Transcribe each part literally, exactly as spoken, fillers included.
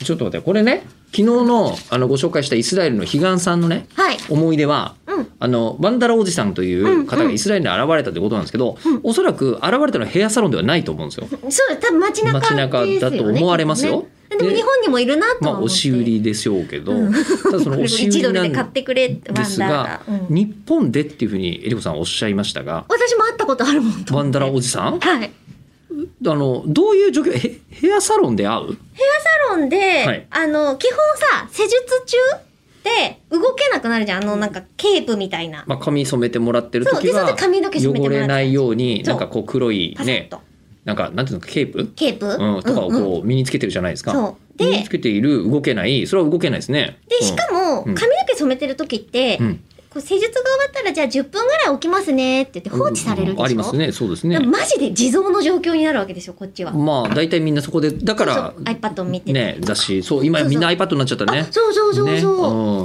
ちょっと待って、これね、昨日のあのご紹介したイスラエルの彼岸さんのね、 はい、 思い出は、うん、あのバンダラおじさんという方がイスラエルに現れたということなんですけど、うんうん、おそらく現れたのはヘアサロンではないと思うんですよ。 そう、多分街中ですよね。 街中だと思われますよ。 ね、でも日本にもいるなとは思って、 まあ、押し売りでしょうけど、うん、ただその押し売りなんですが、うん、日本でっていうふうにえりこさんおっしゃいましたが、 私も会ったことあるもんとバンダラおじさん、 はい、 あのどういう状況、ヘヘアサロンで会う？ ヘアサロンで、はい、あの基本さ施術中で動けなくなるじゃん、あのなんかケープみたいな、 まあ、髪染めてもらってる時は汚れないようになんかこう黒いね、なんかなんていうのかケープケープ、 うん、とかをこう身につけてるじゃないですか。そうで身につけている動けない、それは動けないですね。 でしかも、うん、髪の毛染めてる時って、うん、こう施術が終わったらじゃあじゅっぷんぐらい置きますねって言って放置されるでしょ、うん、 ありますね。そうですね。 マジで地蔵の状況になるわけですよこっちは。 まあ大体みんなそこでだからそうそう iPad を見てねだし、そう今みんな iPad になっちゃったね。 そうそうそうそう、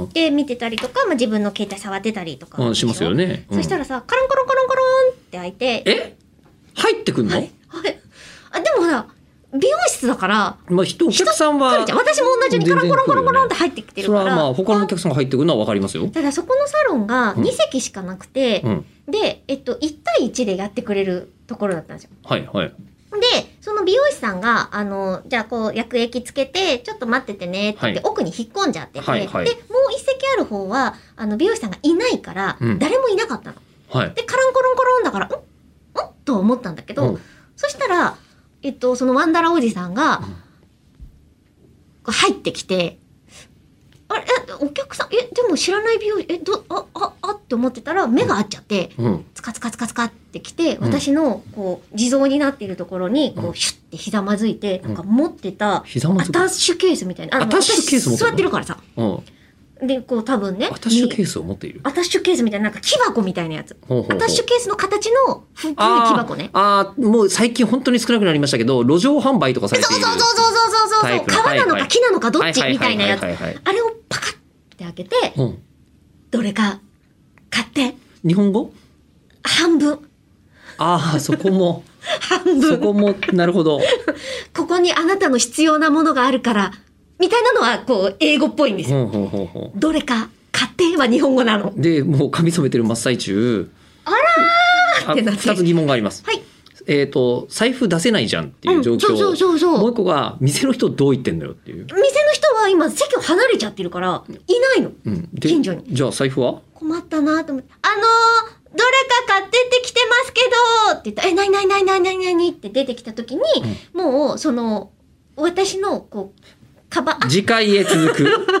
ね、うん、 で見てたりとか、まあ、自分の携帯触ってたりとか、 うん、しますよね、 うん、そしたらさカランコロンコロンコロンって開いて、 え入ってくんの？はい、 はい、あでもほら美容室だから、 まあ、人お客さんは私も同じようにカランコロンコロンコロンって入ってきてるから、 それはまあ他のお客さんが入ってくるのは分かりますよ。 ただそこのサロンがに席しかなくて、 うん、 で、えっと、いち対いちでやってくれるところだったんですよ。 はいはい。 でその美容師さんがあのじゃあこう薬液つけてちょっと待っててねって言って、はい、奥に引っ込んじゃってて、はいはい、でもう一席ある方はあの美容師さんがいないから、うん、誰もいなかったの。 はい、 でカランコロンコロンだからんんと思ったんだけど、うん、そしたらえっと、そのワンダラおじさんが、うん、入ってきて、あれ、お客さん、え、でも知らない美容師、え、ど、あ、あ、あって思ってたら、目が合っちゃって、うん、つかつかつかつかってきて、うん、私の、こう、地蔵になっているところに、こう、シュッてひざまずいて、うん、なんか持ってた、アタッシュケースみたいな。 アタッシュケース持ってる？ 座ってるからさ。うんで、こう多分ね。 アタッシュケースを持っている？ アタッシュケースみたいな、なんか木箱みたいなやつ。ほうほうほう、アタッシュケースの形の古い木箱ね。 ああ、もう最近本当に少なくなりましたけど、路上販売とかされている。 そうそうそうそうそうそうそう。革なのか木なのかどっちみたいなやつ。あれをパカッて開けて、うん、どれか買って。 日本語？ 半分。 ああ、そこも。 半分。 そこも、なるほど。 ここにあなたの必要なものがあるから、みたいなのはこう英語っぽいんですよ。ほうほうほうほう、どれか買っては日本語なの。 でもう髪染めてる真っ最中。 あらーってなって。 ふたつ疑問があります。 はい。 えっと財布出せないじゃんっていう状況。うん、そうそうそうそう。もう一個が店の人どう言ってんのよっていう。 店の人は今席を離れちゃってるからいないの。うん、近所に。 じゃあ財布は？ 困ったなと思って。あのー、どれか買ってってきてますけどって言ったら、え、なになになになになになにって出てきた時に、うん、もうその私のこう。 次回へ続く